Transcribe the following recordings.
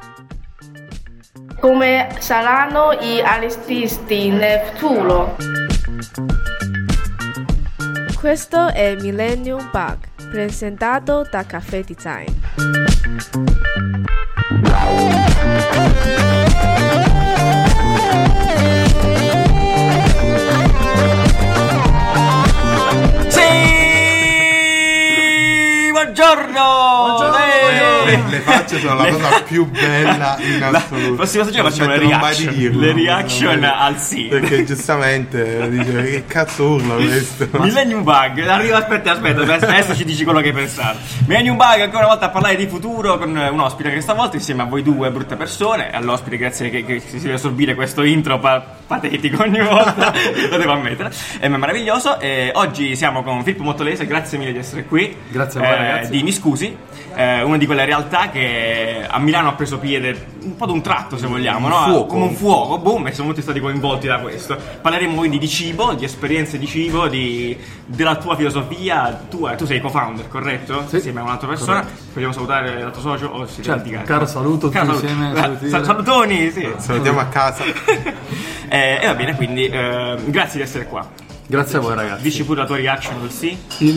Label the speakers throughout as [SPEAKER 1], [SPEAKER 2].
[SPEAKER 1] Come saranno gli allestisti nel futuro?
[SPEAKER 2] Questo è Millennium Bug, presentato da Caffè Design.
[SPEAKER 3] Buongiorno!
[SPEAKER 4] Le facce sono la cosa più bella in assoluto.
[SPEAKER 3] La prossima stagione facciamo le reaction al sì.
[SPEAKER 4] Perché giustamente dice che cazzo urla questo.
[SPEAKER 3] Millennium Bug, aspetta, adesso ci dici quello che hai pensato. Millennium Bug ancora una volta a parlare di futuro con un ospite che stavolta insieme a voi due brutte persone. All'ospite grazie che si deve assorbire questo intro patetico ogni volta. Lo devo ammettere. È meraviglioso. Oggi siamo con Filippo Mottolese, grazie mille di essere qui.
[SPEAKER 5] Grazie a voi ragazzi.
[SPEAKER 3] Di Mi Scusi, una di quelle realtà che a Milano ha preso piede un po' d'un tratto, se vogliamo, no? Come un fuoco, boom, e siamo tutti stati coinvolti da questo. Parleremo quindi di cibo, di esperienze di cibo, della tua filosofia. Tu sei co-founder, corretto?
[SPEAKER 5] Sì.
[SPEAKER 3] Insieme a un'altra persona. Vogliamo salutare l'altro socio o si
[SPEAKER 5] certo, caro saluto tutti insieme.
[SPEAKER 3] Salutoni, sì.
[SPEAKER 4] Salutiamo a casa.
[SPEAKER 3] E va bene, quindi grazie di essere qua.
[SPEAKER 5] Grazie a voi ragazzi.
[SPEAKER 3] Dici pure la tua reaction del sì?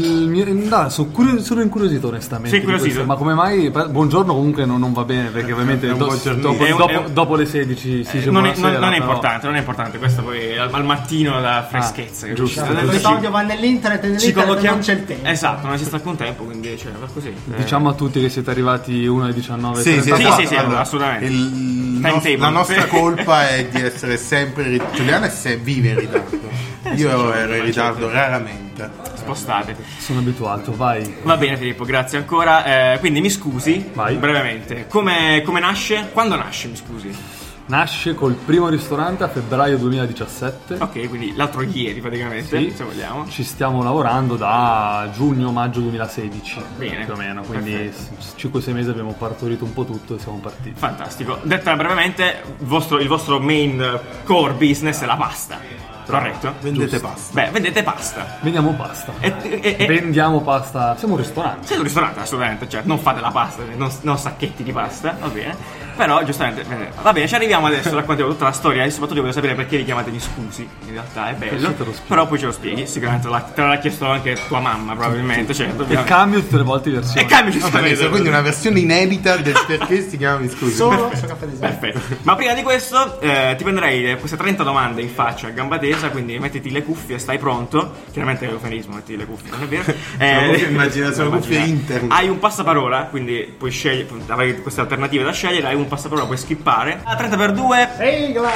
[SPEAKER 5] Sono incuriosito onestamente.
[SPEAKER 3] Sei incuriosito?
[SPEAKER 5] Ma come mai? Buongiorno comunque non va bene perché ovviamente dopo le 16 si dice buonasera.
[SPEAKER 3] Non è importante, questo poi al mattino la freschezza.
[SPEAKER 5] Giusto.
[SPEAKER 6] L'audio va nell'internet e nell'internet non c'è il tempo.
[SPEAKER 3] Esatto, non esiste alcun tempo, quindi va così.
[SPEAKER 5] Diciamo a tutti che siete arrivati 1:19.
[SPEAKER 3] Sì, allora, assolutamente.
[SPEAKER 4] La nostra colpa è di essere sempre Giuliano vive in ritardo. Io ero in ritardo raramente.
[SPEAKER 3] Spostate.
[SPEAKER 5] Sono abituato, vai.
[SPEAKER 3] Va bene Filippo, grazie ancora. Quindi Mi Scusi,
[SPEAKER 5] vai.
[SPEAKER 3] Brevemente, come nasce? Quando nasce Mi Scusi?
[SPEAKER 5] Nasce col primo ristorante a febbraio 2017.
[SPEAKER 3] Ok, quindi l'altro ieri praticamente,
[SPEAKER 5] sì,
[SPEAKER 3] se vogliamo.
[SPEAKER 5] Ci stiamo lavorando da giugno-maggio 2016.
[SPEAKER 3] Bene.
[SPEAKER 5] Più o meno, quindi 5-6 mesi abbiamo partorito un po' tutto e siamo partiti.
[SPEAKER 3] Fantastico. Detta brevemente, il vostro main core business è la pasta. Corretto?
[SPEAKER 4] Vendete pasta.
[SPEAKER 3] Beh, vendete pasta.
[SPEAKER 5] Vendiamo pasta.
[SPEAKER 3] Vendiamo
[SPEAKER 5] pasta. Siamo un ristorante.
[SPEAKER 3] Siete un ristorante, assolutamente. Cioè, non fate la pasta, non sacchetti di pasta, va bene. Però, giustamente, va bene, ci arriviamo adesso. Raccontiamo tutta la storia. E soprattutto voglio sapere perché vi chiamate Mi Scusi. In realtà è bello. Però poi ce lo spieghi. Sicuramente te l'ha chiesto anche tua mamma, probabilmente. Cioè,
[SPEAKER 5] e cambio tutte le volte versioni.
[SPEAKER 3] E cambio giustamente.
[SPEAKER 4] Quindi una versione inedita del perché si chiama Mi Scusi.
[SPEAKER 6] Solo su Caffè Design.
[SPEAKER 3] Perfetto. Ma prima di questo, ti prenderei queste 30 domande in faccia a gamba tesa. Quindi mettiti le cuffie, stai pronto. Chiaramente è eufemismo, mettiti le cuffie, non è vero?
[SPEAKER 4] Immagina, sono cuffie interne.
[SPEAKER 3] Hai un passaparola, quindi puoi scegliere, avrai queste alternative da scegliere. Hai un passaparola, puoi skippare. 30x2.
[SPEAKER 6] Sigla.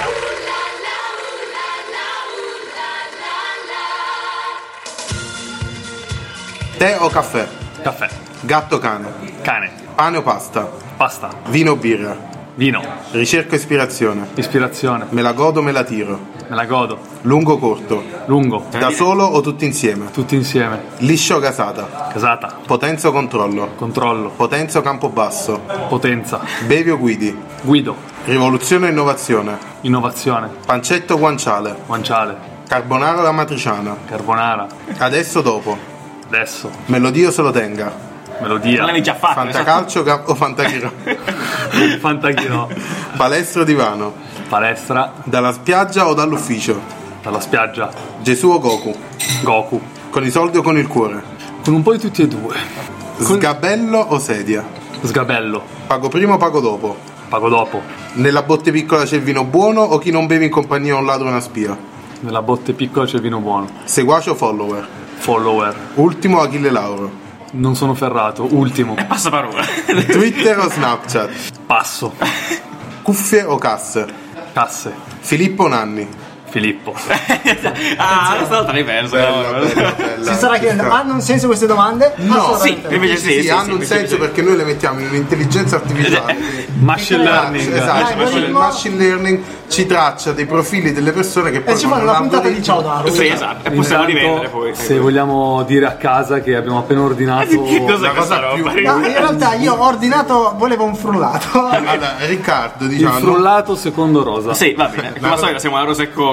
[SPEAKER 4] Tè o caffè?
[SPEAKER 5] Caffè.
[SPEAKER 4] Gatto cane?
[SPEAKER 5] Cane.
[SPEAKER 4] Pane o pasta?
[SPEAKER 5] Pasta.
[SPEAKER 4] Vino o birra?
[SPEAKER 5] Vino.
[SPEAKER 4] Ricerca o ispirazione?
[SPEAKER 5] Ispirazione.
[SPEAKER 4] Me la godo o me la tiro?
[SPEAKER 5] Me la godo.
[SPEAKER 4] Lungo o corto?
[SPEAKER 5] Lungo.
[SPEAKER 4] Da solo o tutti insieme?
[SPEAKER 5] Tutti insieme.
[SPEAKER 4] Liscia o casata?
[SPEAKER 5] Casata.
[SPEAKER 4] Potenza o controllo?
[SPEAKER 5] Controllo.
[SPEAKER 4] Potenza o campo basso?
[SPEAKER 5] Potenza.
[SPEAKER 4] Bevi o guidi?
[SPEAKER 5] Guido.
[SPEAKER 4] Rivoluzione o innovazione?
[SPEAKER 5] Innovazione.
[SPEAKER 4] Pancetto o guanciale?
[SPEAKER 5] Guanciale.
[SPEAKER 4] Carbonara o amatriciana?
[SPEAKER 5] Carbonara.
[SPEAKER 4] Adesso o dopo?
[SPEAKER 5] Adesso.
[SPEAKER 4] Melodia o se lo tenga?
[SPEAKER 5] Melodia.
[SPEAKER 3] Non l'avevi già fatto.
[SPEAKER 4] Fantacalcio o fantachiro?
[SPEAKER 5] Fantachiro.
[SPEAKER 4] Palestra o divano?
[SPEAKER 5] Palestra.
[SPEAKER 4] Dalla spiaggia o dall'ufficio?
[SPEAKER 5] Dalla spiaggia.
[SPEAKER 4] Gesù o Goku?
[SPEAKER 5] Goku.
[SPEAKER 4] Con i soldi o con il cuore?
[SPEAKER 5] Con un po' di tutti e due.
[SPEAKER 4] Sgabello o sedia?
[SPEAKER 5] Sgabello.
[SPEAKER 4] Pago prima o pago dopo?
[SPEAKER 5] Pago dopo.
[SPEAKER 4] Nella botte piccola c'è il vino buono o chi non beve in compagnia è un ladro o una spia?
[SPEAKER 5] Nella botte piccola c'è il vino buono.
[SPEAKER 4] Seguace o follower?
[SPEAKER 5] Follower.
[SPEAKER 4] Ultimo o Achille Lauro?
[SPEAKER 5] Non sono ferrato. Ultimo.
[SPEAKER 3] Passaparola.
[SPEAKER 4] Twitter o Snapchat?
[SPEAKER 5] Passo.
[SPEAKER 4] Cuffie o casse?
[SPEAKER 5] Casse.
[SPEAKER 4] Filippo o Nanni?
[SPEAKER 5] Filippo.
[SPEAKER 3] Questa volta l'hai perso.
[SPEAKER 6] Si starà chiedendo, hanno un senso queste domande?
[SPEAKER 4] No,
[SPEAKER 3] sì, invece sì,
[SPEAKER 4] hanno un senso perché noi le mettiamo in un'intelligenza artificiale.
[SPEAKER 5] Machine learning.
[SPEAKER 4] Esatto, il machine learning ci traccia dei profili delle persone che poi
[SPEAKER 6] ci fanno una puntata di Ciao Darwin.
[SPEAKER 3] Sì, esatto, e possiamo rivendere poi.
[SPEAKER 5] Se vogliamo dire a casa che abbiamo appena ordinato
[SPEAKER 3] che cos'è questa roba?
[SPEAKER 6] No, in realtà io ho ordinato, volevo un frullato.
[SPEAKER 4] Allora, Riccardo,
[SPEAKER 5] il
[SPEAKER 4] diciamo,
[SPEAKER 5] frullato secondo Rosa.
[SPEAKER 3] Sì, va bene. Come al solito siamo alla Rosa e Coco.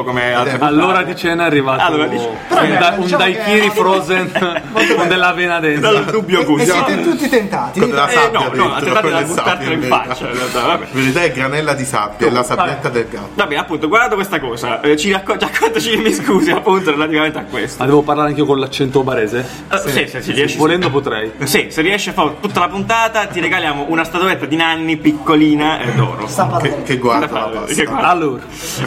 [SPEAKER 3] come altre
[SPEAKER 5] all'ora di cena è arrivato un daiquiri frozen con dell'avena dentro.
[SPEAKER 3] Dal dubbio gusto.
[SPEAKER 6] E siete tutti tentati.
[SPEAKER 4] Con della sabbia
[SPEAKER 3] no, tentate da buttartelo in faccia.
[SPEAKER 4] In verità è granella di sabbia, è la sabbietta del gatto.
[SPEAKER 3] Vabbè, appunto, guardate questa cosa. Ci raccontaci, mi scusi, appunto, relativamente a questo.
[SPEAKER 5] Ma devo parlare anche io con l'accento barese?
[SPEAKER 3] Sì, se riesci.
[SPEAKER 5] Volendo potrei.
[SPEAKER 3] Sì, se riesci a fare tutta la puntata, ti regaliamo una statuetta di Nanni piccolina d'oro.
[SPEAKER 4] Che guarda la pasta.
[SPEAKER 5] Allora,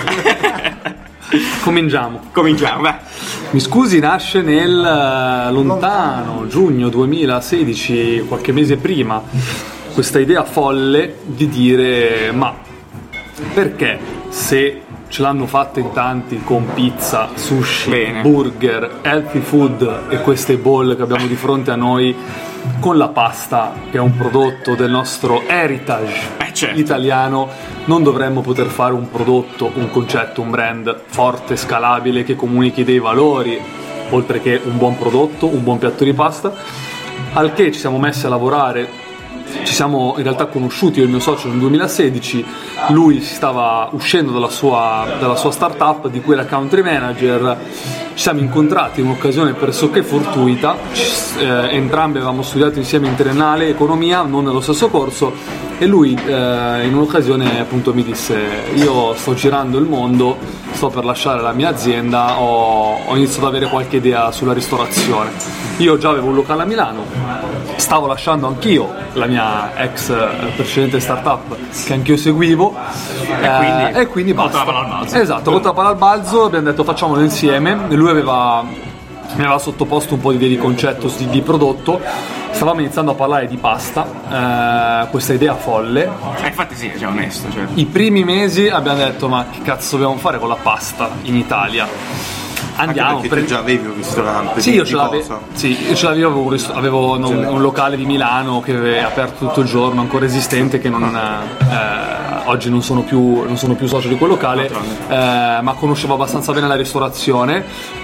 [SPEAKER 5] cominciamo,
[SPEAKER 3] vai.
[SPEAKER 5] Mi scusi nasce nel lontano giugno 2016, qualche mese prima, questa idea folle di dire: ma perché se ce l'hanno fatta in tanti con pizza, sushi, burger, healthy food e queste bowl che abbiamo di fronte a noi, con la pasta, che è un prodotto del nostro heritage italiano, non dovremmo poter fare un prodotto, un concetto, un brand forte, scalabile, che comunichi dei valori, oltre che un buon prodotto, un buon piatto di pasta? Al che ci siamo messi a lavorare. Ci siamo in realtà conosciuti, io e il mio socio, nel 2016. Lui si stava uscendo dalla sua startup, di cui era country manager. Ci siamo incontrati in un'occasione pressoché fortuita. Entrambi avevamo studiato insieme in triennale economia, non nello stesso corso, e lui in un'occasione appunto mi disse: io sto girando il mondo, sto per lasciare la mia azienda, ho iniziato ad avere qualche idea sulla ristorazione. Io già avevo un locale a Milano, stavo lasciando anch'io la mia ex precedente startup che anch'io seguivo, e quindi basta. Esatto, con la palla al balzo abbiamo detto facciamolo insieme. Lui mi aveva sottoposto un po' di idee di concetto, di prodotto. Stavamo iniziando a parlare di pasta, questa idea folle.
[SPEAKER 3] Infatti sì, già onesto. Cioè.
[SPEAKER 5] I primi mesi abbiamo detto: ma che cazzo dobbiamo fare con la pasta in Italia? Andiamo.
[SPEAKER 4] Perché tu già avevi un ristorante?
[SPEAKER 5] Sì, io ce l'avevo, avevo un locale di Milano che è aperto tutto il giorno, ancora esistente, che oggi non sono più socio di quel locale, ma conoscevo abbastanza bene la ristorazione.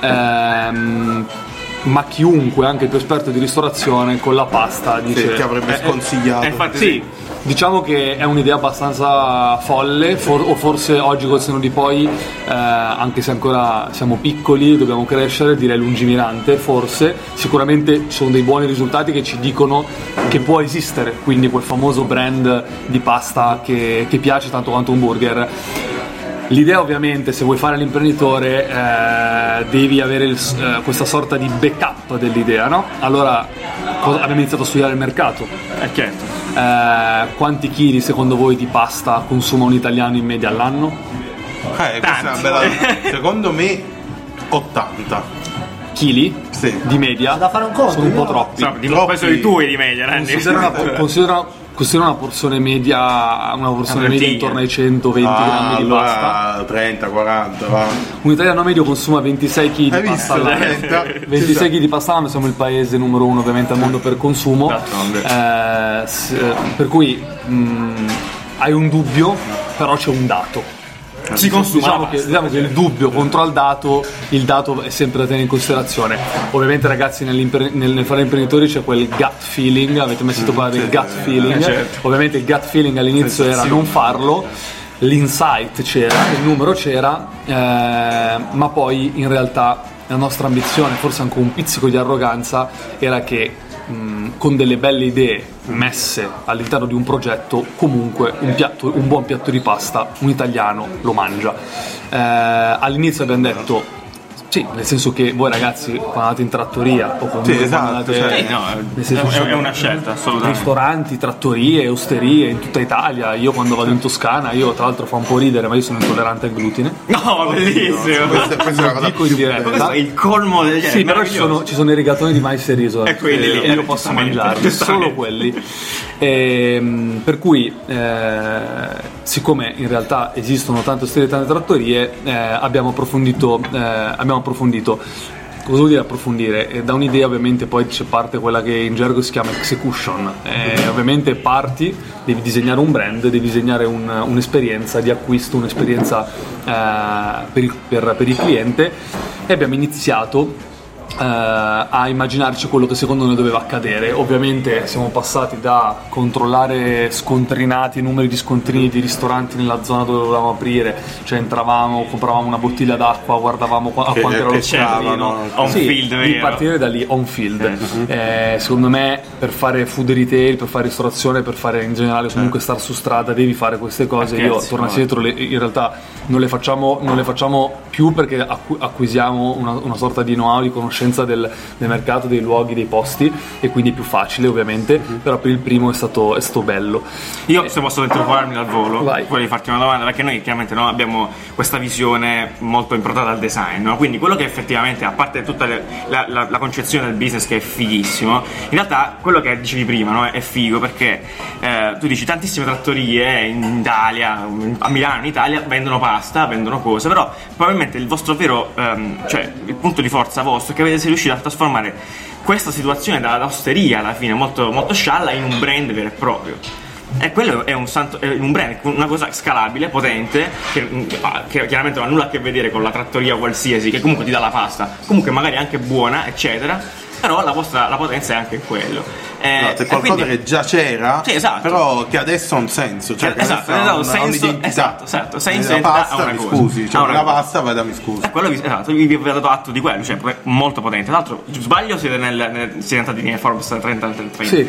[SPEAKER 5] Ma chiunque, anche il più esperto di ristorazione, con la pasta dice:
[SPEAKER 4] ti avrebbe sconsigliato.
[SPEAKER 3] Infatti
[SPEAKER 5] sì. Diciamo che è un'idea abbastanza folle, o forse oggi col senno di poi, anche se ancora siamo piccoli, dobbiamo crescere, direi lungimirante, forse. Sicuramente ci sono dei buoni risultati che ci dicono che può esistere, quindi quel famoso brand di pasta che piace tanto quanto un burger. L'idea, ovviamente, se vuoi fare l'imprenditore, devi avere questa sorta di backup dell'idea, no? Allora abbiamo iniziato a studiare il mercato.
[SPEAKER 3] Certo.
[SPEAKER 5] Quanti chili secondo voi di pasta consuma un italiano in media all'anno?
[SPEAKER 4] Questa è una bella. Secondo me 80
[SPEAKER 5] chili di media.
[SPEAKER 6] Da fare un conto,
[SPEAKER 5] sono un po' troppi.
[SPEAKER 3] Penso di tue di media,
[SPEAKER 5] Considera una porzione media intorno ai 120 grammi di pasta.
[SPEAKER 4] 30, 40, va.
[SPEAKER 5] Un italiano medio consuma 26 kg di pasta all'anno. 26 kg di pasta all'anno, siamo il paese numero 1 ovviamente al mondo per consumo. Per cui hai un dubbio, però c'è un dato.
[SPEAKER 3] Si consuma.
[SPEAKER 5] Diciamo che il dubbio contro il dato è sempre da tenere in considerazione. Ovviamente, ragazzi, nel fare imprenditori c'è quel gut feeling. Avete mai sentito parlare del gut feeling?
[SPEAKER 3] Certo.
[SPEAKER 5] Ovviamente il gut feeling all'inizio era non farlo, l'insight c'era, il numero c'era, ma poi in realtà la nostra ambizione, forse anche un pizzico di arroganza, era che con delle belle idee messe all'interno di un progetto, comunque un buon piatto di pasta un italiano lo mangia. All'inizio abbiamo detto sì, nel senso che voi ragazzi quando andate in trattoria o comunque
[SPEAKER 3] è una scelta assolutamente.
[SPEAKER 5] Ristoranti, trattorie, osterie in tutta Italia. Io quando vado in Toscana, tra l'altro fa un po' ridere, ma io sono intollerante al glutine.
[SPEAKER 3] No, bellissimo.
[SPEAKER 4] Questa è una cosa
[SPEAKER 5] dico in diretta.
[SPEAKER 3] Questo è il colmo del genere.
[SPEAKER 5] Sì, però ci sono i rigatoni di mais e riso
[SPEAKER 3] e quelli
[SPEAKER 5] io posso mangiarli, solo quelli. Per cui siccome in realtà esistono tante osterie e tante trattorie, abbiamo approfondito. Cosa vuol dire approfondire? Da un'idea, ovviamente, poi c'è parte quella che in gergo si chiama execution. Ovviamente parti, devi disegnare un brand, devi disegnare un'esperienza di acquisto, un'esperienza per il cliente, e abbiamo iniziato a immaginarci quello che secondo noi doveva accadere. Ovviamente siamo passati da controllare scontrinati, numeri di scontrini di ristoranti nella zona dove volevamo aprire, cioè entravamo, compravamo una bottiglia d'acqua, guardavamo a quanto era lo scontrini,
[SPEAKER 3] on field,
[SPEAKER 5] di partire da lì on field. Secondo me per fare food retail, per fare ristorazione, per fare in generale comunque star su strada devi fare queste cose. Io tornassi dietro in realtà non le facciamo più perché acquisiamo una sorta di know-how, di conoscenza del mercato, dei luoghi, dei posti, e quindi è più facile ovviamente. Però per il primo è stato bello.
[SPEAKER 3] Io se posso interrogarmi al volo,
[SPEAKER 5] Vai.
[SPEAKER 3] voglio farti una domanda, perché noi chiaramente abbiamo questa visione molto improntata al design, no? Quindi quello che effettivamente, a parte tutta la concezione del business che è fighissimo, in realtà quello che dicevi prima, no? È figo perché tu dici tantissime trattorie in Italia, a Milano, in Italia, vendono pasta, vendono cose, però probabilmente il vostro vero cioè il punto di forza vostro è che siete riusciti a trasformare questa situazione da osteria alla fine molto, molto scialla in un brand vero e proprio. E quello è un brand, una cosa scalabile, potente, che chiaramente non ha nulla a che vedere con la trattoria qualsiasi, che comunque ti dà la pasta, comunque magari anche buona, eccetera. Però la potenza è anche quello.
[SPEAKER 4] È qualcosa
[SPEAKER 3] quindi,
[SPEAKER 4] che già c'era,
[SPEAKER 3] sì, esatto,
[SPEAKER 4] però che adesso ha un senso, cioè che adesso ha un'identità.
[SPEAKER 3] Esatto, senso
[SPEAKER 4] la
[SPEAKER 3] e
[SPEAKER 4] pasta,
[SPEAKER 3] una
[SPEAKER 4] mi
[SPEAKER 3] cosa.
[SPEAKER 4] scusi, cioè la pasta, vai da mi scusi.
[SPEAKER 3] Quello esatto, vi avete dato atto di quello, cioè molto potente. Tra l'altro, sbaglio, siete entrati nel Forbes 30-30.
[SPEAKER 5] Sì,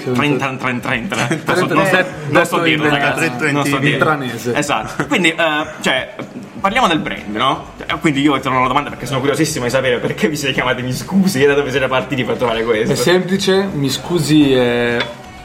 [SPEAKER 3] 30-30. Non so dirlo, ragazzi.
[SPEAKER 5] Tranese.
[SPEAKER 3] Esatto. Quindi, cioè, parliamo del brand, no? Quindi io torno alla domanda perché sono curiosissimo di sapere perché vi siete chiamati Mi Scusi e da dove siete partiti per trovare questo.
[SPEAKER 5] È semplice, Mi Scusi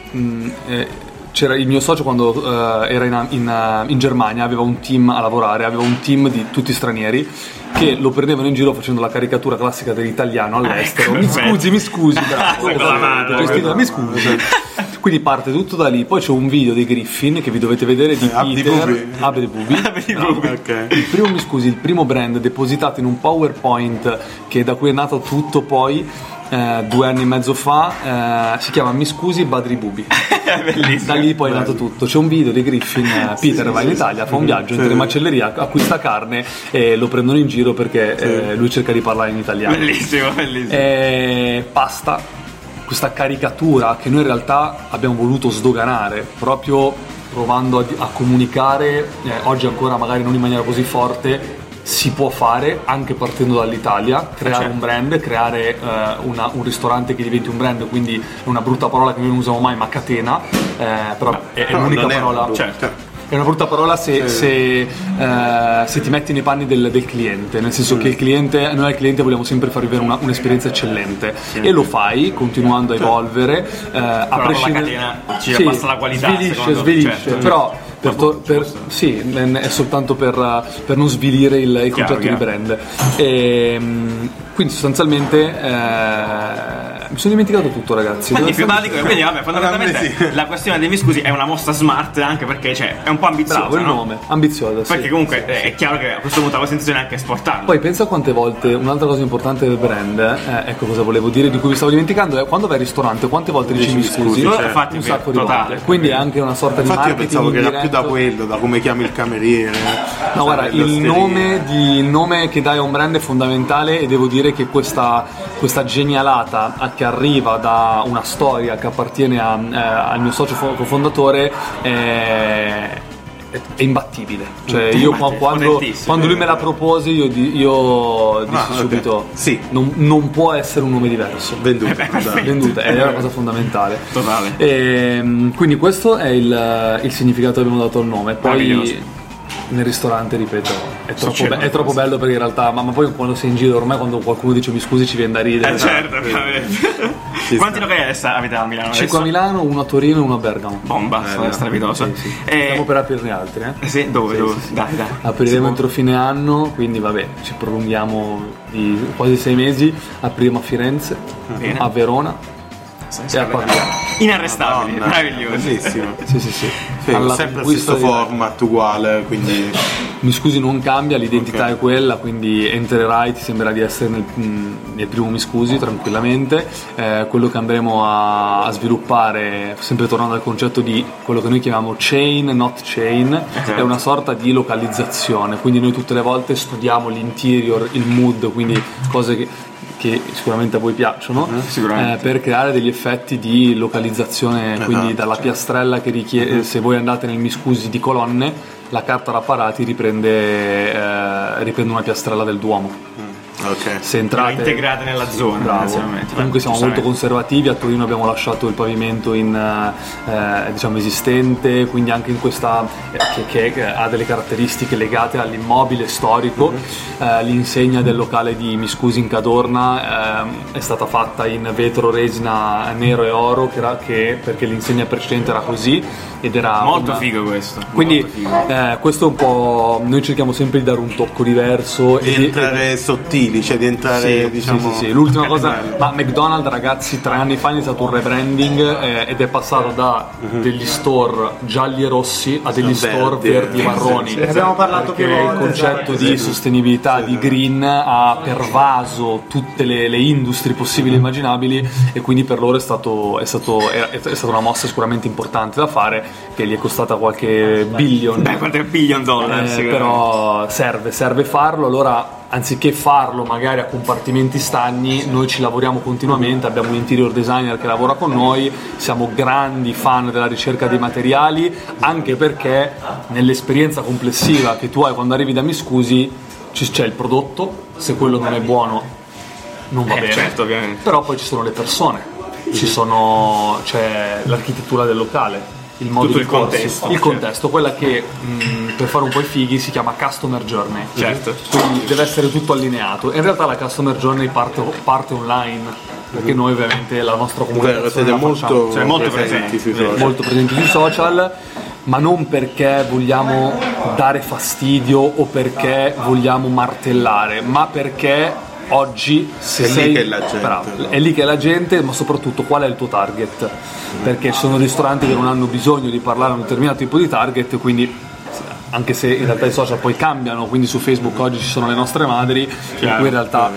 [SPEAKER 5] c'era il mio socio quando era in Germania, aveva un team a lavorare, aveva un team di tutti stranieri che lo prendevano in giro facendo la caricatura classica dell'italiano all'estero. Mi scusi, bravo. Mi scusi. Quindi parte tutto da lì. Poi c'è un video dei Griffin che vi dovete vedere di Peter Abde Bubi.
[SPEAKER 4] Okay.
[SPEAKER 5] Il primo Mi Scusi, il primo brand depositato in un PowerPoint che da cui è nato tutto poi 2 anni e mezzo fa, si chiama Mi Scusi Badri Bubi. Da lì poi è nato tutto. C'è un video dei Griffin, Peter va in Italia, fa un viaggio in macellerie, acquista carne e lo prendono in giro perché lui cerca di parlare in italiano.
[SPEAKER 3] Bellissimo.
[SPEAKER 5] Pasta, questa caricatura che noi in realtà abbiamo voluto sdoganare proprio provando a comunicare, oggi ancora magari non in maniera così forte, si può fare anche partendo dall'Italia, creare un brand, creare un ristorante che diventi un brand, quindi è una brutta parola che noi non usiamo mai, ma catena, però è l'unica parola. È una brutta parola se ti metti nei panni del cliente, nel senso che il cliente, noi al cliente vogliamo sempre far vivere un'esperienza eccellente, e lo fai continuando a evolvere, a prescindere.
[SPEAKER 3] La catena ci abbassa la qualità,
[SPEAKER 5] svilisce, però sì, è soltanto per non svilire il concetto di brand. Quindi sostanzialmente mi sono dimenticato tutto, ragazzi.
[SPEAKER 3] Quindi vabbè, fondamentalmente la questione dei Mi Scusi è una mossa smart, anche perché è un po' ambiziosa.
[SPEAKER 5] Bravo, il nome, ambiziosa, sì.
[SPEAKER 3] Perché comunque è chiaro che a questo punto la vostra intenzione è anche esportarlo.
[SPEAKER 5] Poi pensa quante volte, un'altra cosa importante del brand, ecco cosa volevo dire, di cui vi stavo dimenticando, è quando vai al ristorante, quante volte dici Mi Scusi?
[SPEAKER 3] Infatti,
[SPEAKER 5] un sacco di volte. Quindi è anche una sorta di marketing.
[SPEAKER 4] Io pensavo che era più da quello, da come chiami il cameriere.
[SPEAKER 5] No, guarda, il nome che dai a un brand è fondamentale, e devo dire che questa genialata che arriva da una storia che appartiene al mio socio cofondatore è imbattibile. Cioè io quando lui me la propose io dissi subito sì, non può essere un nome diverso. Venduta, è una cosa fondamentale.
[SPEAKER 3] Totale.
[SPEAKER 5] Quindi questo è il significato che abbiamo dato al nome. Poi nel ristorante, ripeto, è troppo bello perché in realtà, ma poi quando sei in giro, ormai quando qualcuno dice Mi Scusi ci viene da ridere.
[SPEAKER 3] Certo, quanti locali avete a Milano?
[SPEAKER 5] 5 a Milano, 1 a Torino e 1 a Bergamo.
[SPEAKER 3] Bomba, strepitosa.
[SPEAKER 5] Sì. Stiamo per aprirne altri,
[SPEAKER 3] Sì, dove?
[SPEAKER 5] Sì.
[SPEAKER 3] Dai.
[SPEAKER 5] Apriremo entro fine anno, quindi vabbè, ci prolunghiamo di quasi 6 mesi. Apriremo a Firenze, a Verona e a Pavia.
[SPEAKER 3] Inarrestabili, meraviglioso.
[SPEAKER 4] Bellissimo.
[SPEAKER 5] Sì.
[SPEAKER 4] Sempre
[SPEAKER 5] conquista
[SPEAKER 4] stesso format uguale, quindi
[SPEAKER 5] Mi scusi non cambia, l'identità è quella, quindi entrerai, ti sembra di essere nel primo Mi scusi tranquillamente. Quello che andremo a sviluppare, sempre tornando al concetto di quello che noi chiamiamo chain not chain, è una sorta di localizzazione, quindi noi tutte le volte studiamo l'interior, il mood, quindi cose che sicuramente a voi piacciono, per creare degli effetti di localizzazione, quindi dalla piastrella che richiede, se voi andate nel Mi scusi di Colonne, la carta d'apparati riprende una piastrella del Duomo. Se entrate
[SPEAKER 3] integrate nella zona,
[SPEAKER 5] comunque siamo molto conservativi. A Torino abbiamo lasciato il pavimento diciamo esistente, quindi anche in questa che ha delle caratteristiche legate all'immobile storico. L'insegna del locale di Mi scusi in Cadorna è stata fatta in vetro resina nero e oro, perché l'insegna precedente era così ed era
[SPEAKER 3] molto figo questo.
[SPEAKER 5] Quindi questo è un po', noi cerchiamo sempre di dare un tocco diverso
[SPEAKER 4] e di entrare sottili, cioè di entrare diciamo
[SPEAKER 5] sì. L'ultima cosa, ma McDonald's, ragazzi, 3 anni fa ha iniziato un rebranding ed è passato da degli store gialli e rossi a degli store verdi e marroni.
[SPEAKER 6] Ne abbiamo parlato più volte.
[SPEAKER 5] Il concetto di sostenibilità, di green, ha pervaso tutte le industrie possibili e immaginabili, e quindi per loro è stata una mossa sicuramente importante da fare, che gli è costata qualche billion.
[SPEAKER 3] Qualche billion dollars,
[SPEAKER 5] però serve farlo. Allora, anziché farlo magari a compartimenti stagni, noi ci lavoriamo continuamente, abbiamo un interior designer che lavora con noi, siamo grandi fan della ricerca dei materiali, anche perché nell'esperienza complessiva che tu hai quando arrivi da Mi scusi c'è il prodotto, se quello non è buono non va bene,
[SPEAKER 3] certo, ovviamente.
[SPEAKER 5] Però poi ci sono le persone, c'è l'architettura del locale, il modo
[SPEAKER 3] tutto
[SPEAKER 5] di
[SPEAKER 3] il
[SPEAKER 5] contesto, quella che per fare un po' i fighi si chiama customer journey.
[SPEAKER 3] Certo.
[SPEAKER 5] Quindi deve essere tutto allineato. E in realtà la customer journey parte online, perché noi ovviamente la nostra comunicazione
[SPEAKER 4] siete molto presenti
[SPEAKER 5] sui social, ma non perché vogliamo dare fastidio o perché vogliamo martellare, ma perché oggi è lì che è la gente, ma soprattutto qual è il tuo target, perché ci sono ristoranti che non hanno bisogno di parlare a un determinato tipo di target, quindi anche se in realtà i social poi cambiano, quindi su Facebook oggi ci sono le nostre madri, in cui in realtà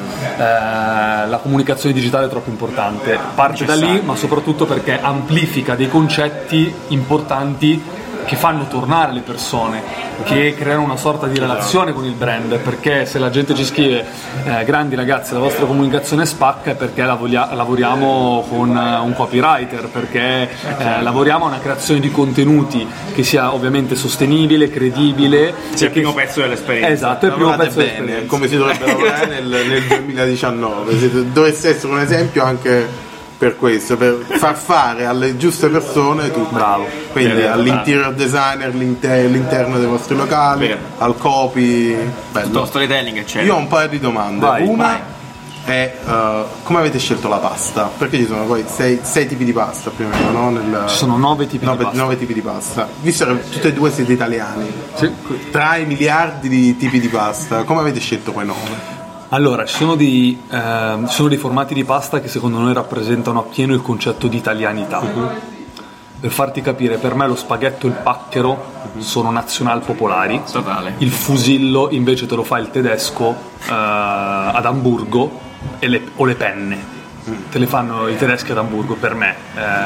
[SPEAKER 5] la comunicazione digitale è troppo importante, parte da lì, ma soprattutto perché amplifica dei concetti importanti che fanno tornare le persone, che creano una sorta di relazione con il brand, perché se la gente ci scrive grandi ragazzi la vostra comunicazione spacca, è perché lavoriamo con un copywriter, perché lavoriamo a una creazione di contenuti che sia ovviamente sostenibile, credibile,
[SPEAKER 3] sia il primo pezzo dell'esperienza.
[SPEAKER 5] Esatto, è il primo pezzo dell'esperienza,
[SPEAKER 4] come si dovrebbe lavorare nel 2019, se dovesse essere un esempio anche per questo, per far fare alle giuste persone tutto.
[SPEAKER 5] Bravo.
[SPEAKER 4] Quindi all'interior designer, all'interno dei vostri locali, al copy,
[SPEAKER 3] bello. Storytelling, eccetera.
[SPEAKER 4] Io ho un paio di domande. Una è come avete scelto la pasta? Perché ci sono poi 6 tipi di pasta più o meno, no?
[SPEAKER 5] Ci sono 9 tipi di pasta.
[SPEAKER 4] 9 tipi di pasta. Visto che tutte e due siete italiani, tra i miliardi di tipi di pasta, come avete scelto quei 9?
[SPEAKER 5] Allora, ci sono dei formati di pasta che secondo noi rappresentano appieno il concetto di italianità. Per farti capire, per me lo spaghetto e il pacchero sono nazional popolari.
[SPEAKER 3] Totale.
[SPEAKER 5] Il fusillo invece te lo fa il tedesco ad Amburgo o le penne. Te le fanno i tedeschi ad Amburgo, per me.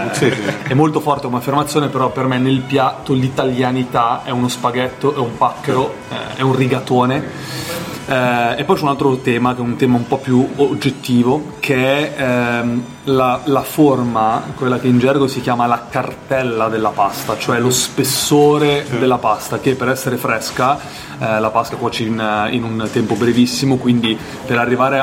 [SPEAKER 5] È molto forte come affermazione, però per me nel piatto l'italianità è uno spaghetto, è un pacchero, è un rigatone. E poi c'è un altro tema, che è un tema un po' più oggettivo, che è la forma, quella che in gergo si chiama la cartella della pasta, cioè lo spessore della pasta, che per essere fresca la pasta cuoce in un tempo brevissimo, quindi per arrivare a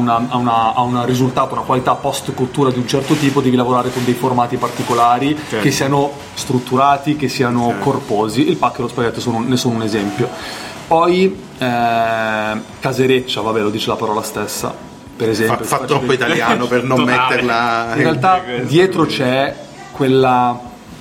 [SPEAKER 5] un risultato, una qualità post cottura di un certo tipo, devi lavorare con dei formati particolari, che siano strutturati, che siano corposi. Il pacchero e lo spaghetto ne sono un esempio. Poi casereccia, vabbè, lo dice la parola stessa, per esempio.
[SPEAKER 4] Fa troppo italiano per non metterla.
[SPEAKER 5] In realtà dietro c'è quella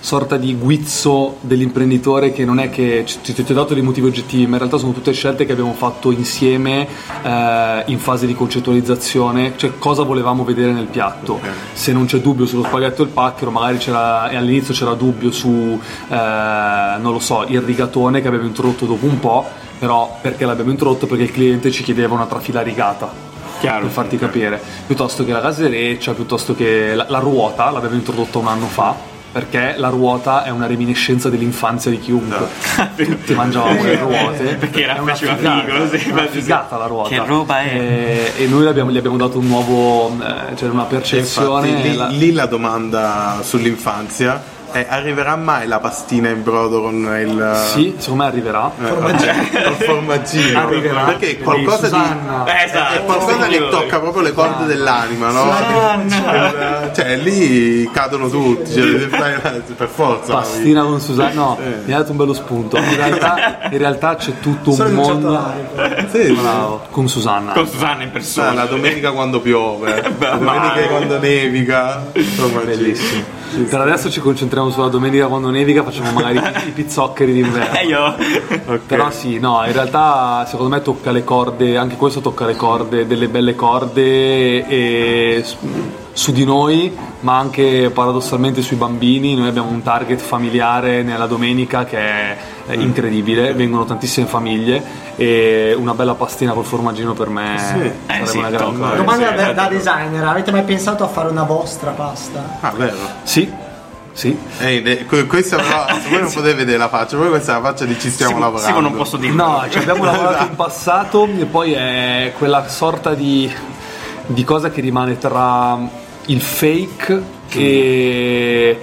[SPEAKER 5] sorta di guizzo dell'imprenditore che non è che ti ho dato dei motivi oggettivi, ma in realtà sono tutte scelte che abbiamo fatto insieme in fase di concettualizzazione, cioè cosa volevamo vedere nel piatto. Se non c'è dubbio sullo spaghetto e il pacchero, magari all'inizio c'era dubbio su non lo so, il rigatone che abbiamo introdotto dopo un po', però perché l'abbiamo introdotto? Perché il cliente ci chiedeva una trafila rigata. Chiaro, per farti capire, piuttosto che la casereccia, piuttosto che la ruota l'abbiamo introdotta un anno fa, perché la ruota è una reminiscenza dell'infanzia di chiunque. Tutti mangiavamo le ruote
[SPEAKER 3] perché faceva figo,
[SPEAKER 5] una figata la ruota.
[SPEAKER 3] Che roba è?
[SPEAKER 5] E noi gli abbiamo dato un nuovo, cioè una percezione.
[SPEAKER 4] Infatti, lì la domanda sull'infanzia è: arriverà mai la pastina in brodo con il...
[SPEAKER 5] Sì, secondo me arriverà.
[SPEAKER 4] Col formaggino.
[SPEAKER 5] Arriverà.
[SPEAKER 4] Perché è qualcosa è qualcosa che tocca proprio le corde dell'anima, no? Cioè lì cadono tutti, per forza.
[SPEAKER 5] Pastina con Susanna, no, mi ha dato un bello spunto. In realtà c'è tutto un mondo.
[SPEAKER 4] Sì,
[SPEAKER 5] con Susanna.
[SPEAKER 3] Con Susanna in persona.
[SPEAKER 4] La domenica quando piove, la domenica quando nevica.
[SPEAKER 5] Bellissimo. Per adesso ci concentriamo sulla domenica quando nevica, facciamo magari i pizzoccheri d'inverno.
[SPEAKER 3] Okay.
[SPEAKER 5] Però sì, no, in realtà secondo me tocca le corde, anche questo tocca le corde, delle belle corde e su di noi, ma anche paradossalmente sui bambini. Noi abbiamo un target familiare nella domenica che è incredibile, vengono tantissime famiglie e una bella pastina col formaggino per me sarebbe una gran cosa.
[SPEAKER 6] Domanda da designer: avete mai pensato a fare una vostra pasta?
[SPEAKER 4] Ah, vero?
[SPEAKER 5] Sì.
[SPEAKER 4] Questa però, voi non potete vedere la faccia, voi questa è la faccia di ci stiamo lavorando.
[SPEAKER 3] Sì, non posso dire.
[SPEAKER 5] No, ci abbiamo lavorato in passato e poi è quella sorta di cosa che rimane tra il fake e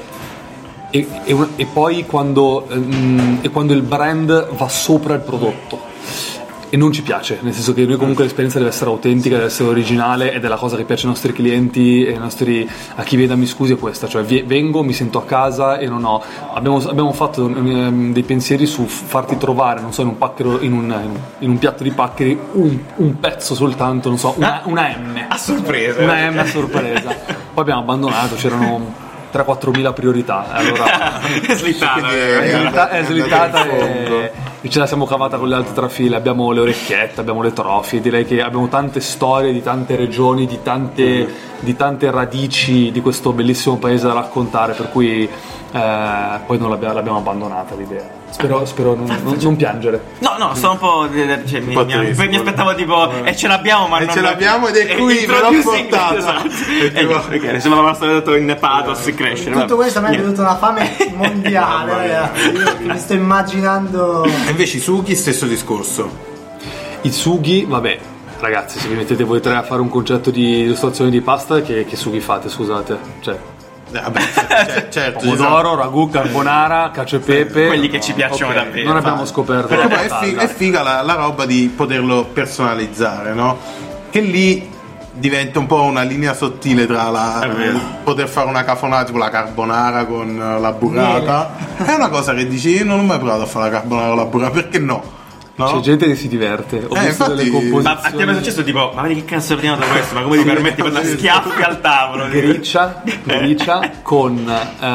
[SPEAKER 5] poi quando il brand va sopra il prodotto. E non ci piace, nel senso che noi comunque l'esperienza deve essere autentica, deve essere originale, ed è la cosa che piace ai nostri clienti e a chi viene, mi scusi, è questa, cioè vengo, mi sento a casa e non ho. Abbiamo fatto dei pensieri su farti trovare, non so, in un pacchero, in un piatto di paccheri un pezzo soltanto, non so, una M.
[SPEAKER 3] A sorpresa.
[SPEAKER 5] Una M a sorpresa. Poi abbiamo abbandonato, c'erano 3-4 mila priorità, allora
[SPEAKER 3] è slittata.
[SPEAKER 5] È slittata e ce la siamo cavata con le altre trafile. Abbiamo le orecchiette, abbiamo le trofie, direi che abbiamo tante storie di tante regioni, di tante radici di questo bellissimo paese da raccontare, per cui poi non l'abbiamo abbandonata l'idea. Spero non piangere.
[SPEAKER 3] No, sono un po'. Cioè, mi aspettavo tipo. E ce l'abbiamo, ma non
[SPEAKER 4] ce l'abbiamo ed è qui, ve l'ho portata.
[SPEAKER 3] Esatto. Sembra una storia dato in pathos e crescere.
[SPEAKER 6] Tutto questo a me è venuto una fame mondiale, ragazzi. Io mi sto immaginando.
[SPEAKER 4] E invece i sughi, stesso discorso.
[SPEAKER 5] I sughi, vabbè. Ragazzi, se vi mettete voi tre a fare un concetto di illustrazione di pasta, che sughi fate, scusate? Cioè,
[SPEAKER 4] vabbè, certo,
[SPEAKER 5] pomodoro, ragù, carbonara, cacio e pepe,
[SPEAKER 3] quelli che ci piacciono davvero.
[SPEAKER 5] Non abbiamo scoperto.
[SPEAKER 4] È figa la roba di poterlo personalizzare, no? Che lì diventa un po' una linea sottile tra poter fare una cafonata tipo la carbonara con la burrata. È una cosa che dici: io non ho mai provato a fare la carbonara con la burrata, perché no? No?
[SPEAKER 5] C'è gente che si diverte. Ho visto
[SPEAKER 4] infatti,
[SPEAKER 5] delle composizioni.
[SPEAKER 3] Ma a te è successo tipo: ma vedi che cazzo ordinato questo? Ma come ti permetti di fare schiaffi al tavolo?
[SPEAKER 5] Griccia con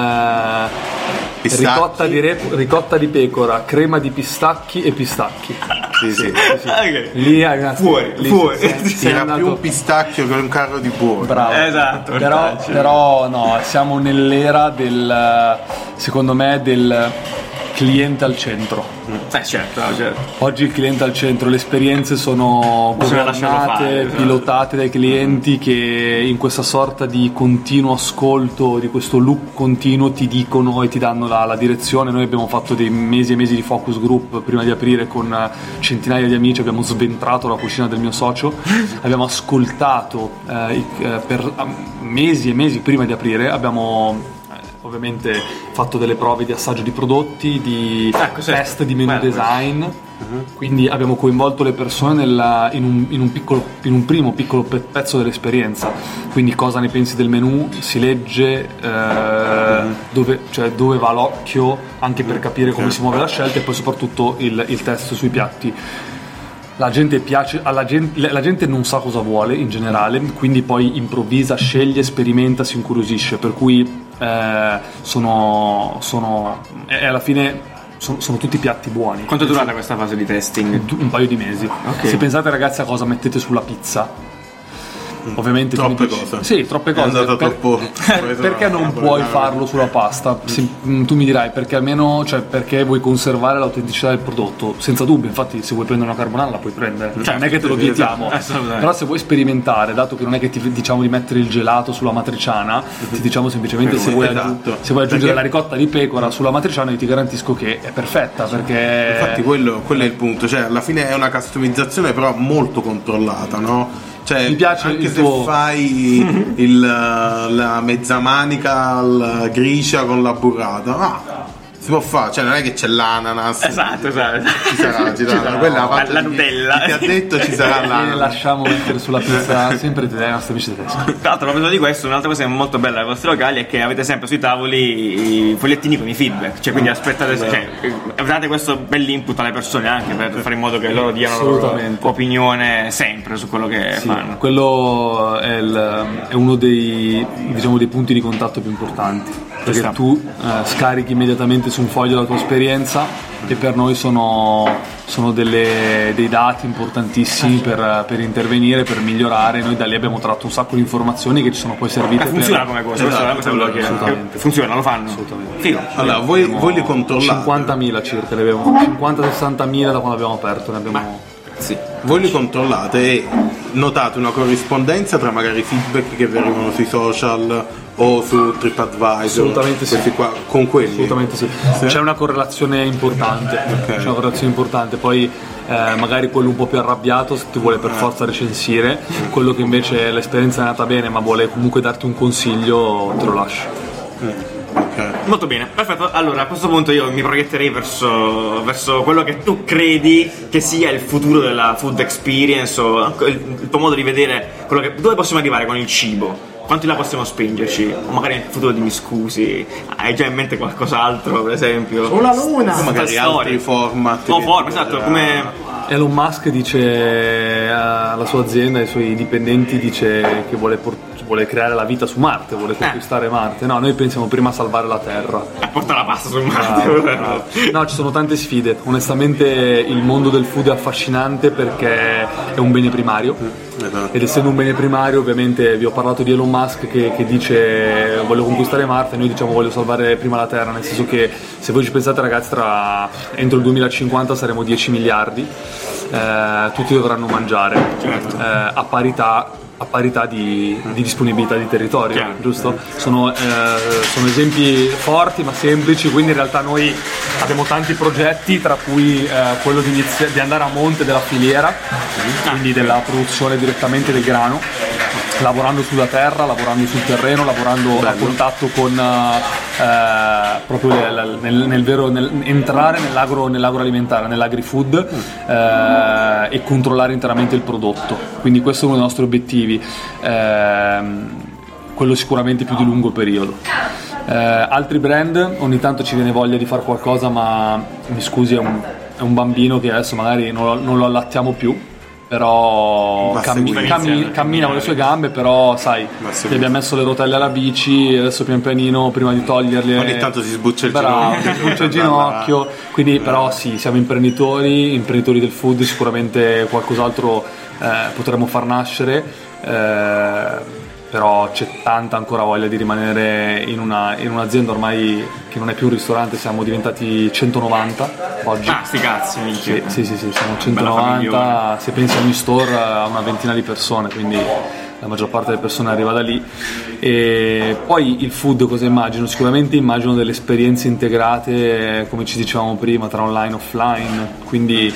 [SPEAKER 5] ricotta di pecora, crema di pistacchi e pistacchi.
[SPEAKER 4] Sì.
[SPEAKER 3] Okay.
[SPEAKER 5] Lì è
[SPEAKER 3] fuori.
[SPEAKER 4] Era più un pistacchio che un carro di buoni.
[SPEAKER 5] Bravo.
[SPEAKER 3] Esatto.
[SPEAKER 5] Però no, siamo nell'era secondo me del cliente al centro.
[SPEAKER 3] Certo.
[SPEAKER 5] Oggi il cliente al centro, le esperienze sono governate, pilotate dai clienti che in questa sorta di continuo ascolto, di questo loop continuo, ti dicono e ti danno la direzione. Noi abbiamo fatto dei mesi e mesi di focus group prima di aprire con centinaia di amici, abbiamo sventrato la cucina del mio socio, abbiamo ascoltato per mesi e mesi prima di aprire, abbiamo ovviamente fatto delle prove di assaggio di prodotti, di test di menu design, quindi abbiamo coinvolto le persone in un primo piccolo pezzo dell'esperienza. Quindi cosa ne pensi del menu, si legge dove va l'occhio, anche per capire come si muove la scelta, e poi soprattutto il test sui piatti. La gente la gente non sa cosa vuole in generale, quindi poi improvvisa, sceglie, sperimenta, si incuriosisce, per cui e alla fine sono tutti piatti buoni.
[SPEAKER 3] Quanto è durata questa fase di testing?
[SPEAKER 5] Un paio di mesi.
[SPEAKER 3] Ok.
[SPEAKER 5] Se pensate, ragazzi, a cosa mettete sulla pizza, ovviamente
[SPEAKER 4] Troppe cose.
[SPEAKER 5] Sì, troppe
[SPEAKER 4] È
[SPEAKER 5] cose.
[SPEAKER 4] andato troppo.
[SPEAKER 5] Perché non puoi farlo sulla pasta? Tu mi dirai perché almeno, cioè, perché vuoi conservare l'autenticità del prodotto? Senza dubbio, infatti, se vuoi prendere una carbonara la puoi prendere. Cioè, non è che te lo vietiamo.
[SPEAKER 3] Assolutamente.
[SPEAKER 5] Però se vuoi sperimentare, dato che non è che ti diciamo di mettere il gelato sulla matriciana, ti diciamo semplicemente se vuoi,
[SPEAKER 4] Esatto.
[SPEAKER 5] se vuoi aggiungere
[SPEAKER 4] Perché-
[SPEAKER 5] la ricotta di pecora sulla matriciana, io ti garantisco che è perfetta, perché
[SPEAKER 4] Infatti quello è il punto, cioè alla fine è una customizzazione però molto controllata, no? Cioè,
[SPEAKER 5] Mi piace
[SPEAKER 4] anche
[SPEAKER 5] il
[SPEAKER 4] se
[SPEAKER 5] tuo-
[SPEAKER 4] fai la mezza manica grigia con la burrata, si può fare, cioè non è che c'è l'ananas.
[SPEAKER 3] Esatto.
[SPEAKER 4] Ci sarà. Quella è la parte
[SPEAKER 3] La
[SPEAKER 4] di-
[SPEAKER 3] Nutella.
[SPEAKER 4] Chi ti ha detto ci sarà
[SPEAKER 5] le
[SPEAKER 4] l'ananas.
[SPEAKER 5] lasciamo mettere sulla pizza sempre dai nostri amici tedeschi.
[SPEAKER 3] Tra l'altro, a proposito di questo, un'altra cosa molto bella dei vostri locali è che avete sempre sui tavoli i fogliettini con i feedback, cioè quindi aspettate, cioè, date questo bell'input alle persone anche per fare in modo che loro diano la loro
[SPEAKER 5] Assolutamente.
[SPEAKER 3] opinione sempre su quello che fanno.
[SPEAKER 5] Quello è uno dei punti di contatto più importanti, perché
[SPEAKER 3] sta.
[SPEAKER 5] tu scarichi immediatamente su un foglio la tua esperienza e per noi sono dei dati importantissimi per intervenire, per migliorare. Noi da lì abbiamo tratto un sacco di informazioni che ci sono poi servite
[SPEAKER 3] Funziona
[SPEAKER 5] per...
[SPEAKER 3] come cosa, questo è quello che
[SPEAKER 5] Assolutamente.
[SPEAKER 3] funziona, lo fanno.
[SPEAKER 5] Assolutamente.
[SPEAKER 3] Figo.
[SPEAKER 4] Allora, voi li controllate.
[SPEAKER 5] 50.000 circa, ne abbiamo 50-60.000 da quando abbiamo aperto, ne abbiamo...
[SPEAKER 4] Sì. Voi li controllate e notate una corrispondenza tra magari i feedback che vi arrivano sui social o su TripAdvisor?
[SPEAKER 5] Assolutamente sì.
[SPEAKER 4] Questi qua, con quelli?
[SPEAKER 5] Assolutamente sì. C'è una correlazione importante. C'è una correlazione importante. Poi magari quello un po' più arrabbiato ti vuole per forza recensire, quello che invece l'esperienza è andata bene ma vuole comunque darti un consiglio, te lo lascio.
[SPEAKER 4] Ok.
[SPEAKER 3] Molto bene, perfetto. Allora, a questo punto io mi proietterei verso quello che tu credi che sia il futuro della food experience o il tuo modo di vedere quello che, dove possiamo arrivare con il cibo. Quanto in là possiamo spingerci? O magari nel futuro dimmi scusi, hai già in mente qualcos'altro, per esempio?
[SPEAKER 6] Sulla luna!
[SPEAKER 4] Magari
[SPEAKER 3] Storie.
[SPEAKER 4] altri format.
[SPEAKER 3] O
[SPEAKER 4] che-
[SPEAKER 3] forme, esatto, come...
[SPEAKER 5] Elon Musk dice alla sua azienda, ai suoi dipendenti, dice che vuole creare la vita su Marte, vuole conquistare Marte. No, noi pensiamo prima a salvare la Terra.
[SPEAKER 3] porta la pasta sul Marte.
[SPEAKER 5] Bravo. No, ci sono tante sfide. Onestamente il mondo del food è affascinante perché è un bene primario.
[SPEAKER 4] Esatto.
[SPEAKER 5] Ed essendo un bene primario, ovviamente vi ho parlato di Elon Musk che dice voglio conquistare Marte, noi diciamo voglio salvare prima la Terra, nel senso che se voi ci pensate, ragazzi, entro il 2050 saremo 10 miliardi, tutti dovranno mangiare a parità di disponibilità di territorio,
[SPEAKER 3] Chiaro.
[SPEAKER 5] giusto? Sono esempi forti ma semplici, quindi in realtà noi abbiamo tanti progetti, tra cui quello di andare a monte della filiera, quindi della produzione direttamente del grano, lavorando sulla terra, lavorando sul terreno, lavorando a contatto con proprio entrare nell'agroalimentare, nell'agri-food e controllare interamente il prodotto. Quindi questo è uno dei nostri obiettivi, quello sicuramente più di lungo periodo. Altri brand, ogni tanto ci viene voglia di fare qualcosa, ma mi scusi, è un bambino che adesso magari non lo allattiamo più, però
[SPEAKER 4] Basta iniziare.
[SPEAKER 5] cammina con le sue gambe, però sai,
[SPEAKER 4] Basta
[SPEAKER 5] gli abbiamo messo le rotelle alla bici, adesso pian pianino prima di toglierle
[SPEAKER 4] Ogni tanto si sbuccia il
[SPEAKER 5] bravo,
[SPEAKER 4] ginocchio.
[SPEAKER 5] si sbuccia il ginocchio, quindi però sì, siamo imprenditori del food, sicuramente qualcos'altro potremmo far nascere, però c'è tanta ancora voglia di rimanere in un'azienda ormai che non è più un ristorante, siamo diventati 190 oggi.
[SPEAKER 3] Ah, sti cazzi, minchia.
[SPEAKER 5] Sì, siamo
[SPEAKER 3] Bella
[SPEAKER 5] 190,
[SPEAKER 3] famigliona.
[SPEAKER 5] se pensi a ogni store a una ventina di persone, quindi la maggior parte delle persone arriva da lì. E poi il food cosa immagino? Sicuramente immagino delle esperienze integrate, come ci dicevamo prima, tra online e offline, quindi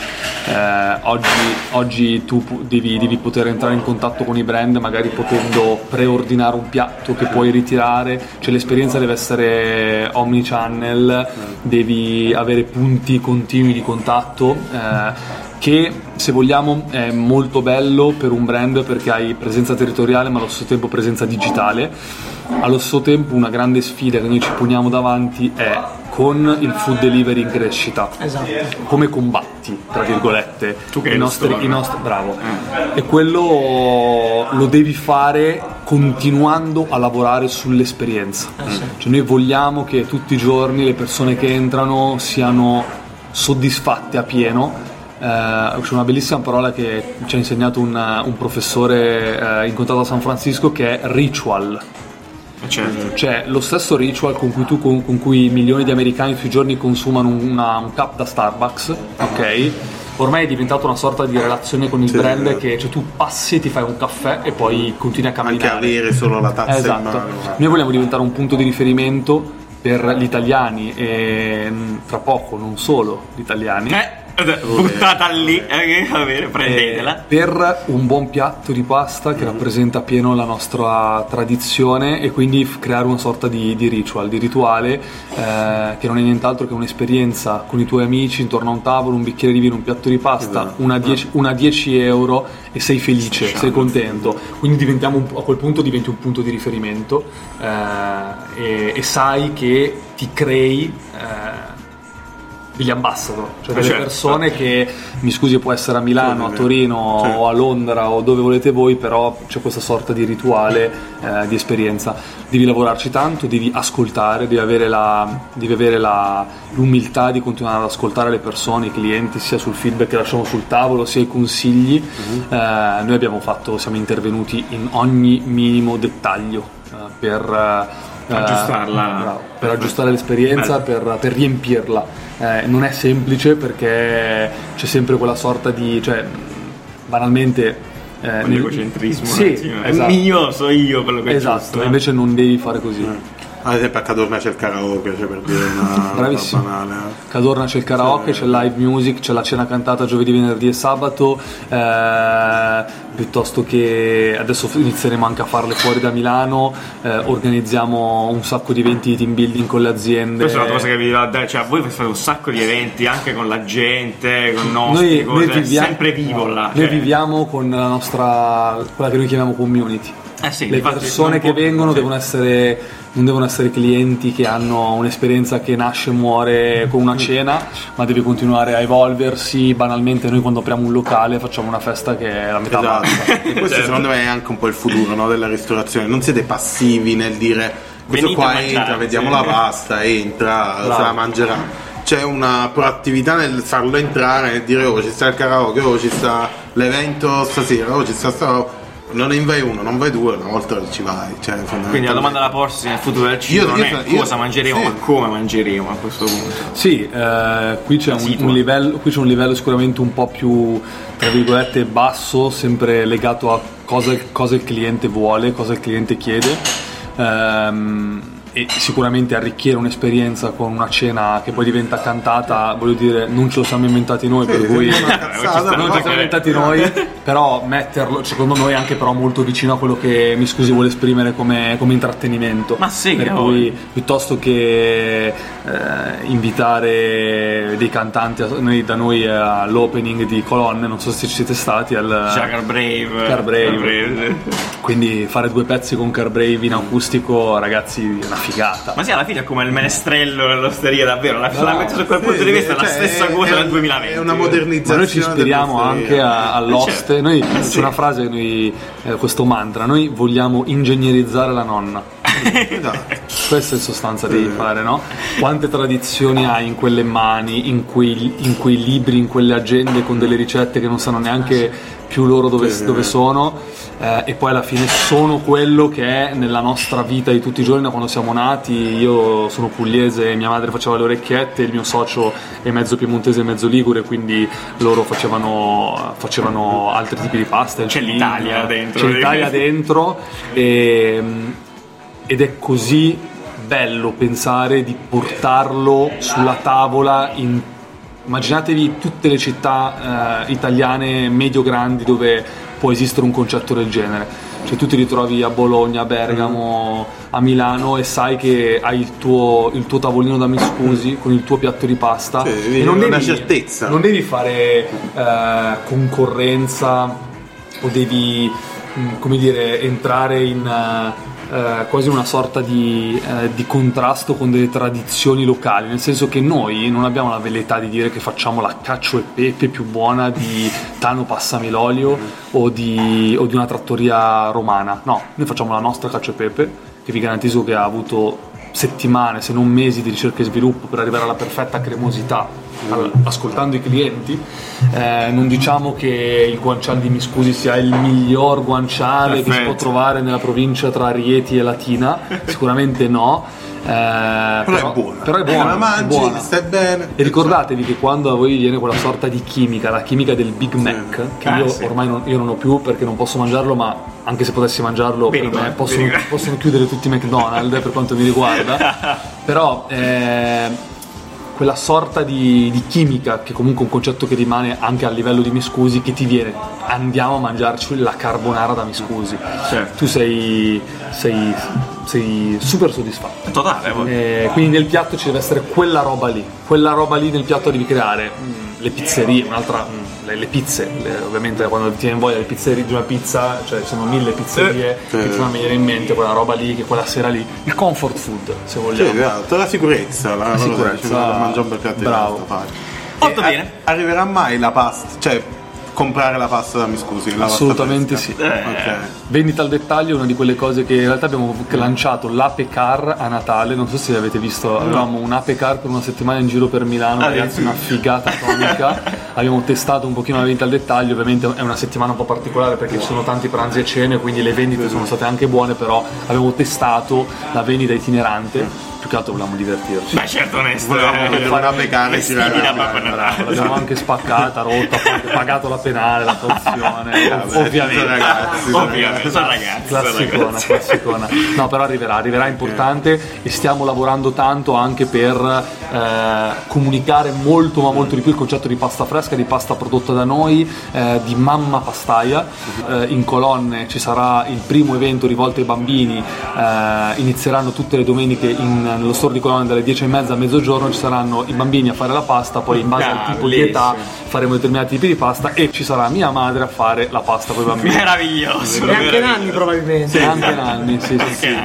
[SPEAKER 5] oggi tu devi poter entrare in contatto con i brand, magari potendo preordinare un piatto che puoi ritirare, cioè l'esperienza deve essere omnichannel, devi avere punti continui di contatto, che se vogliamo è molto bello per un brand perché hai presenza territoriale ma allo stesso tempo presenza digitale. Allo stesso tempo una grande sfida che noi ci poniamo davanti è con il food delivery in crescita, come combatti, tra virgolette,
[SPEAKER 3] Tu che hai lo store.
[SPEAKER 5] bravo, e quello lo devi fare continuando a lavorare sull'esperienza. Cioè noi vogliamo che tutti i giorni le persone che entrano siano soddisfatte a pieno. C'è una bellissima parola che ci ha insegnato un professore incontrato a San Francisco, che è ritual.
[SPEAKER 3] Certo.
[SPEAKER 5] Cioè lo stesso ritual con cui milioni di americani tutti i giorni consumano un cup da Starbucks, ok? Ormai è diventata una sorta di relazione con il brand, che cioè, tu passi, ti fai un caffè e poi continui a camminare.
[SPEAKER 4] Anche avere solo la tazza
[SPEAKER 5] esatto.
[SPEAKER 4] in mano.
[SPEAKER 5] Noi vogliamo diventare un punto di riferimento per gli italiani e tra poco non solo gli italiani.
[SPEAKER 3] Buttata lì, prendetela.
[SPEAKER 5] Per un buon piatto di pasta che rappresenta pieno la nostra tradizione, e quindi creare una sorta di ritual, di rituale che non è nient'altro che un'esperienza con i tuoi amici intorno a un tavolo, un bicchiere di vino, un piatto di pasta, una 10 euro e sei felice, sei contento. Quindi a quel punto diventi un punto di riferimento e sai che ti crei degli ambassador, cioè delle persone che, mi scusi, può essere a Milano, a Torino o a Londra o dove volete voi, però c'è questa sorta di rituale di esperienza. Devi lavorarci tanto, devi ascoltare, devi avere l'umiltà di continuare ad ascoltare le persone, i clienti, sia sul feedback che lasciamo sul tavolo, sia i consigli. Noi siamo intervenuti in ogni minimo dettaglio per aggiustare l'esperienza, per riempirla. Non è semplice, perché c'è sempre quella sorta di, cioè, banalmente
[SPEAKER 3] l'egocentrismo,
[SPEAKER 5] sì,
[SPEAKER 3] esatto. Mio, so io quello che è giusto.
[SPEAKER 5] Invece non devi fare così.
[SPEAKER 4] Ad esempio a Cadorna c'è il karaoke, cioè, per dire una
[SPEAKER 5] bravissimo.
[SPEAKER 4] banale.
[SPEAKER 5] Cadorna c'è il karaoke, c'è il live music, c'è la cena cantata giovedì, venerdì e sabato, piuttosto che adesso inizieremo anche a farle fuori da Milano. Organizziamo un sacco di eventi di team building con le aziende.
[SPEAKER 3] Questa è una cosa che vi va a dare, cioè voi fate un sacco di eventi anche con la gente, con nostri,
[SPEAKER 5] noi viviamo,
[SPEAKER 3] sempre vivo là.
[SPEAKER 5] Noi viviamo con la nostra, quella che noi chiamiamo community.
[SPEAKER 3] Sì,
[SPEAKER 5] le persone che vengono non devono essere clienti che hanno un'esperienza che nasce e muore con una cena, ma deve continuare a evolversi. Banalmente noi quando apriamo un locale facciamo una festa che è la metà bassa.
[SPEAKER 4] E questo secondo me è anche un po' il futuro, no, della ristorazione. Non siete passivi nel dire questo qua entra, vediamo la pasta, entra, se la mangerà. C'è una proattività nel farlo entrare, nel dire ci sta il karaoke, ci sta l'evento stasera, ci sta sta. Non ne vai uno, non vai due, una volta ci vai. Cioè,
[SPEAKER 3] quindi la domanda da porsi nel futuro del cibo non è cosa mangeremo, ma come mangeremo a questo punto.
[SPEAKER 5] Sì, qui c'è un livello sicuramente un po' più, tra virgolette, basso, sempre legato a cosa il cliente vuole, cosa il cliente chiede. E sicuramente arricchire un'esperienza con una cena che poi diventa cantata, voglio dire, non ce lo siamo inventati noi, per cui non ce lo siamo inventati noi, però metterlo secondo noi anche però molto vicino a quello che, mi scusi, vuole esprimere come intrattenimento.
[SPEAKER 3] Ma sì,
[SPEAKER 5] per cui piuttosto che invitare dei cantanti da noi all'opening di Colonne, non so se ci siete stati al Carbrave. Quindi fare 2 pezzi con Carbrave in acustico, ragazzi, è una figata.
[SPEAKER 3] Ma sì, alla fine è come il menestrello nell'osteria, davvero. La metto su quel punto di vista, è la stessa cosa del 2020.
[SPEAKER 4] È una modernizzazione.
[SPEAKER 5] Ma noi ci ispiriamo anche all'oste. Noi c'è una frase che noi, questo mantra, noi vogliamo ingegnerizzare la nonna. Questo in sostanza devi fare, no? Quante tradizioni hai in quelle mani, in quei libri, in quelle agende con delle ricette che non sanno neanche più loro dove sono, e poi alla fine sono quello che è nella nostra vita di tutti i giorni da quando siamo nati. Io sono pugliese, mia madre faceva le orecchiette, il mio socio è mezzo piemontese e mezzo ligure, quindi loro facevano altri tipi di pasta.
[SPEAKER 3] C'è l'Italia
[SPEAKER 5] dentro ed è così bello pensare di portarlo sulla tavola immaginatevi tutte le città italiane medio-grandi dove può esistere un concetto del genere. Cioè tu ti ritrovi a Bologna, a Bergamo, a Milano e sai che hai il tuo tavolino da mi scusi con il tuo piatto di pasta, e non devi,
[SPEAKER 4] certezza.
[SPEAKER 5] Non devi fare concorrenza o devi, come dire, entrare in quasi una sorta di contrasto con delle tradizioni locali, nel senso che noi non abbiamo la velleità di dire che facciamo la cacio e pepe più buona di Tano Passami l'olio o di una trattoria romana. No, noi facciamo la nostra cacio e pepe, che vi garantisco che ha avuto settimane, se non mesi di ricerca e sviluppo per arrivare alla perfetta cremosità, ascoltando i clienti. Non diciamo che il guanciale di Miscusi sia il miglior guanciale che si può trovare nella provincia tra Rieti e Latina, sicuramente no. Però è buono,
[SPEAKER 4] la mangi, stai bene.
[SPEAKER 5] E ricordatevi che quando a voi viene quella sorta di chimica, la chimica del Big Mac, che io ormai non ho più perché non posso mangiarlo, ma anche se potessi mangiarlo per me possono chiudere tutti i McDonald's per quanto mi riguarda. Però quella sorta di chimica, che comunque è un concetto che rimane anche a livello di Miscusi, che ti viene: andiamo a mangiarci la carbonara da Miscusi. Tu sei super soddisfatto.
[SPEAKER 3] Totale.
[SPEAKER 5] Quindi nel piatto ci deve essere quella roba lì nel piatto devi creare le pizzerie, le pizze, ovviamente quando ti viene voglia le pizzerie di una pizza, cioè sono 1000 pizzerie che ti fanno venire in mente quella roba lì, che quella sera lì, il comfort food, se vogliamo.
[SPEAKER 4] La sicurezza, mangiare un bel piatto.
[SPEAKER 5] Bravo.
[SPEAKER 3] Molto bene.
[SPEAKER 4] Arriverà mai la pasta, cioè comprare la pasta da Miscusi?
[SPEAKER 5] Assolutamente sì. Vendita al dettaglio è una di quelle cose che in realtà abbiamo lanciato l'Ape Car a Natale, non so se avete visto, avevamo un Ape Car per una settimana in giro per Milano, ragazzi, una figata tonica. Abbiamo testato un pochino la vendita al dettaglio, ovviamente è una settimana un po' particolare perché ci sono tanti pranzi e cene, quindi le vendite sono state anche buone, però abbiamo testato la vendita itinerante. Più che altro volevamo divertirci.
[SPEAKER 3] Beh, certo, onesto.
[SPEAKER 4] Volevamo vedere una pecare
[SPEAKER 5] l'abbiamo anche spaccata, rotta, pagato la penale, la cauzione. Ovviamente,
[SPEAKER 3] ragazzi. Sono ragazzi.
[SPEAKER 5] Classicona. No, però arriverà importante, e stiamo lavorando tanto anche per comunicare molto ma molto di più il concetto di pasta fresca, di pasta prodotta da noi, di mamma pastaia. In Colonne ci sarà il primo evento rivolto ai bambini, inizieranno tutte le domeniche nello store di Colonne dalle 10:30 a mezzogiorno, ci saranno i bambini a fare la pasta, poi in base al tipo di età faremo determinati tipi di pasta, e ci sarà mia madre a fare la pasta con i bambini.
[SPEAKER 3] Meraviglioso.
[SPEAKER 6] E anche Nanni probabilmente.
[SPEAKER 5] Anche Nanni, sì.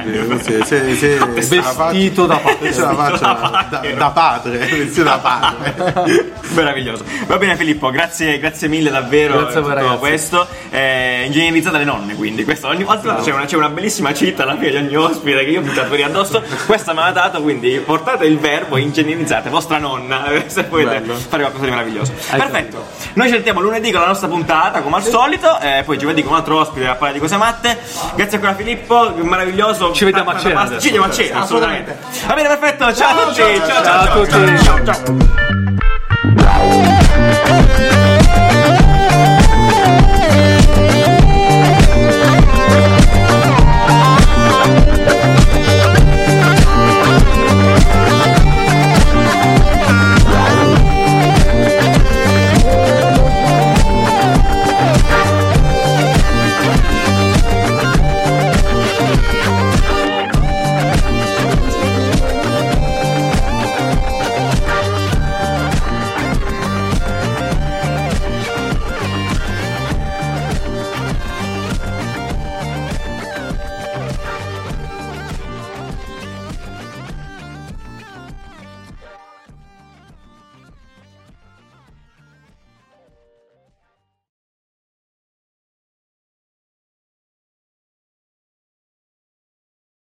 [SPEAKER 5] Vestito da padre.
[SPEAKER 4] Da padre. Vestito da padre.
[SPEAKER 3] Meraviglioso. Va bene Filippo, grazie mille davvero.
[SPEAKER 5] Grazie a voi, ragazzi.
[SPEAKER 3] Questo ingegnerizzate le nonne, quindi questo ogni volta c'è una bellissima cheat alla fine di ogni ospite che io mi tatuerei addosso. Questa me l'ha dato, quindi portate il verbo ingegnerizzate vostra nonna se volete fare qualcosa di meraviglioso. Perfetto. Noi ci sentiamo lunedì con la nostra puntata come al solito, poi giovedì con un altro ospite a parlare di cose matte. Grazie ancora Filippo, meraviglioso.
[SPEAKER 5] Ci vediamo a cena.
[SPEAKER 3] Ci vediamo a cena, assolutamente. Va bene, perfetto. Ciao a tutti.
[SPEAKER 5] Ciao a tutti.
[SPEAKER 3] Ciao.